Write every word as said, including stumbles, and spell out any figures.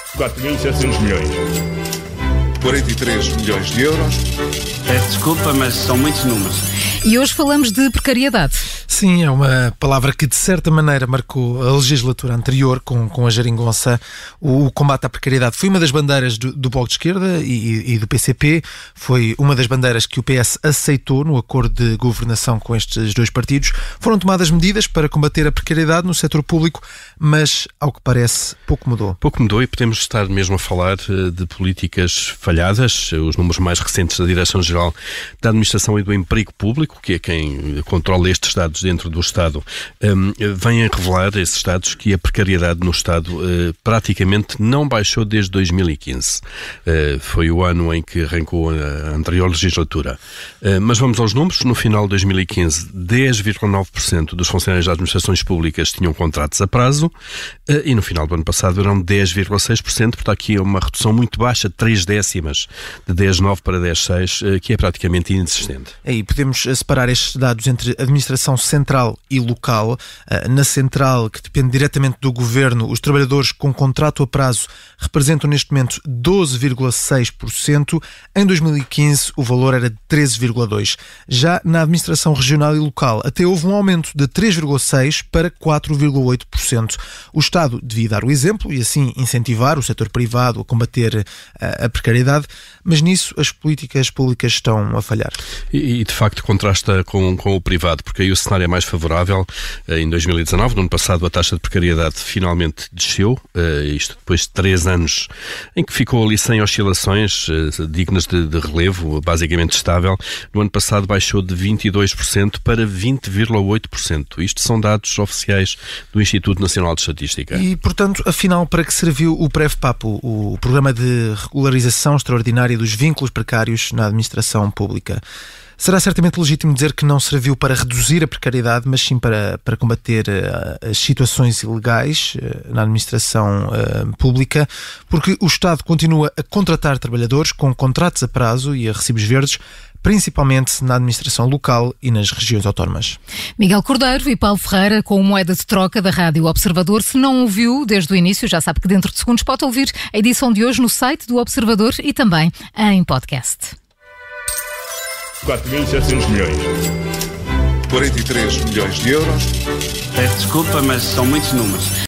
quatro mil e setecentos milhões. quarenta e três milhões de euros. Peço desculpa, mas são muitos números. E hoje falamos de precariedade. Sim, é uma palavra que de certa maneira marcou a legislatura anterior com, com a geringonça. O, o combate à precariedade foi uma das bandeiras do, do Bloco de Esquerda e, e do P C P. Foi uma das bandeiras que o P S aceitou no acordo de governação com estes dois partidos. Foram tomadas medidas para combater a precariedade no setor público, mas, ao que parece, pouco mudou. Pouco mudou e podemos estar mesmo a falar de políticas falhadas. Os números mais recentes da Direção-Geral da Administração e do Emprego Público, que é quem controla estes dados dentro do Estado, um, vêm a revelar, esses dados, que a precariedade no Estado uh, praticamente não baixou desde dois mil e quinze. Uh, foi o ano em que arrancou a anterior legislatura. Uh, mas vamos aos números. No final de dois mil e quinze, dez vírgula nove por cento dos funcionários das administrações públicas tinham contratos a prazo uh, e no final do ano passado eram dez vírgula seis por cento. Portanto, aqui é uma redução muito baixa, três décimas, de dez vírgula nove para dez vírgula seis, uh, que é praticamente inexistente. E podemos separar estes dados entre administração central e local. Na central, que depende diretamente do governo, os trabalhadores com contrato a prazo representam neste momento doze vírgula seis por cento. Em dois mil e quinze o valor era de treze vírgula dois por cento. Já na administração regional e local até houve um aumento de três vírgula seis por cento para quatro vírgula oito por cento. O Estado devia dar o exemplo e assim incentivar o setor privado a combater a precariedade, mas nisso as políticas públicas estão a falhar. E, e de facto contrasta com, com o privado, porque aí o cenário é mais favorável. Em dois mil e dezanove, no ano passado, a taxa de precariedade finalmente desceu, isto depois de três anos em que ficou ali sem oscilações dignas de, de relevo, basicamente estável. No ano passado baixou de vinte e dois por cento para vinte vírgula oito por cento. Isto são dados oficiais do Instituto Nacional de Estatística. E, portanto, afinal, para que serviu o PREV-PAPO, o Programa de Regularização Extraordinária dos Vínculos Precários na Administração Pública? Será certamente legítimo dizer que não serviu para reduzir a precariedade, mas sim para, para combater uh, as situações ilegais uh, na administração uh, pública, porque o Estado continua a contratar trabalhadores com contratos a prazo e a recibos verdes, principalmente na administração local e nas regiões autónomas. Miguel Cordeiro e Paulo Ferreira com o Moeda de Troca da Rádio Observador. Se não ouviu desde o início, já sabe que dentro de segundos pode ouvir a edição de hoje no site do Observador e também em podcast. quatro mil e setecentos milhões. quarenta e três milhões de euros. Peço desculpa, mas são muitos números.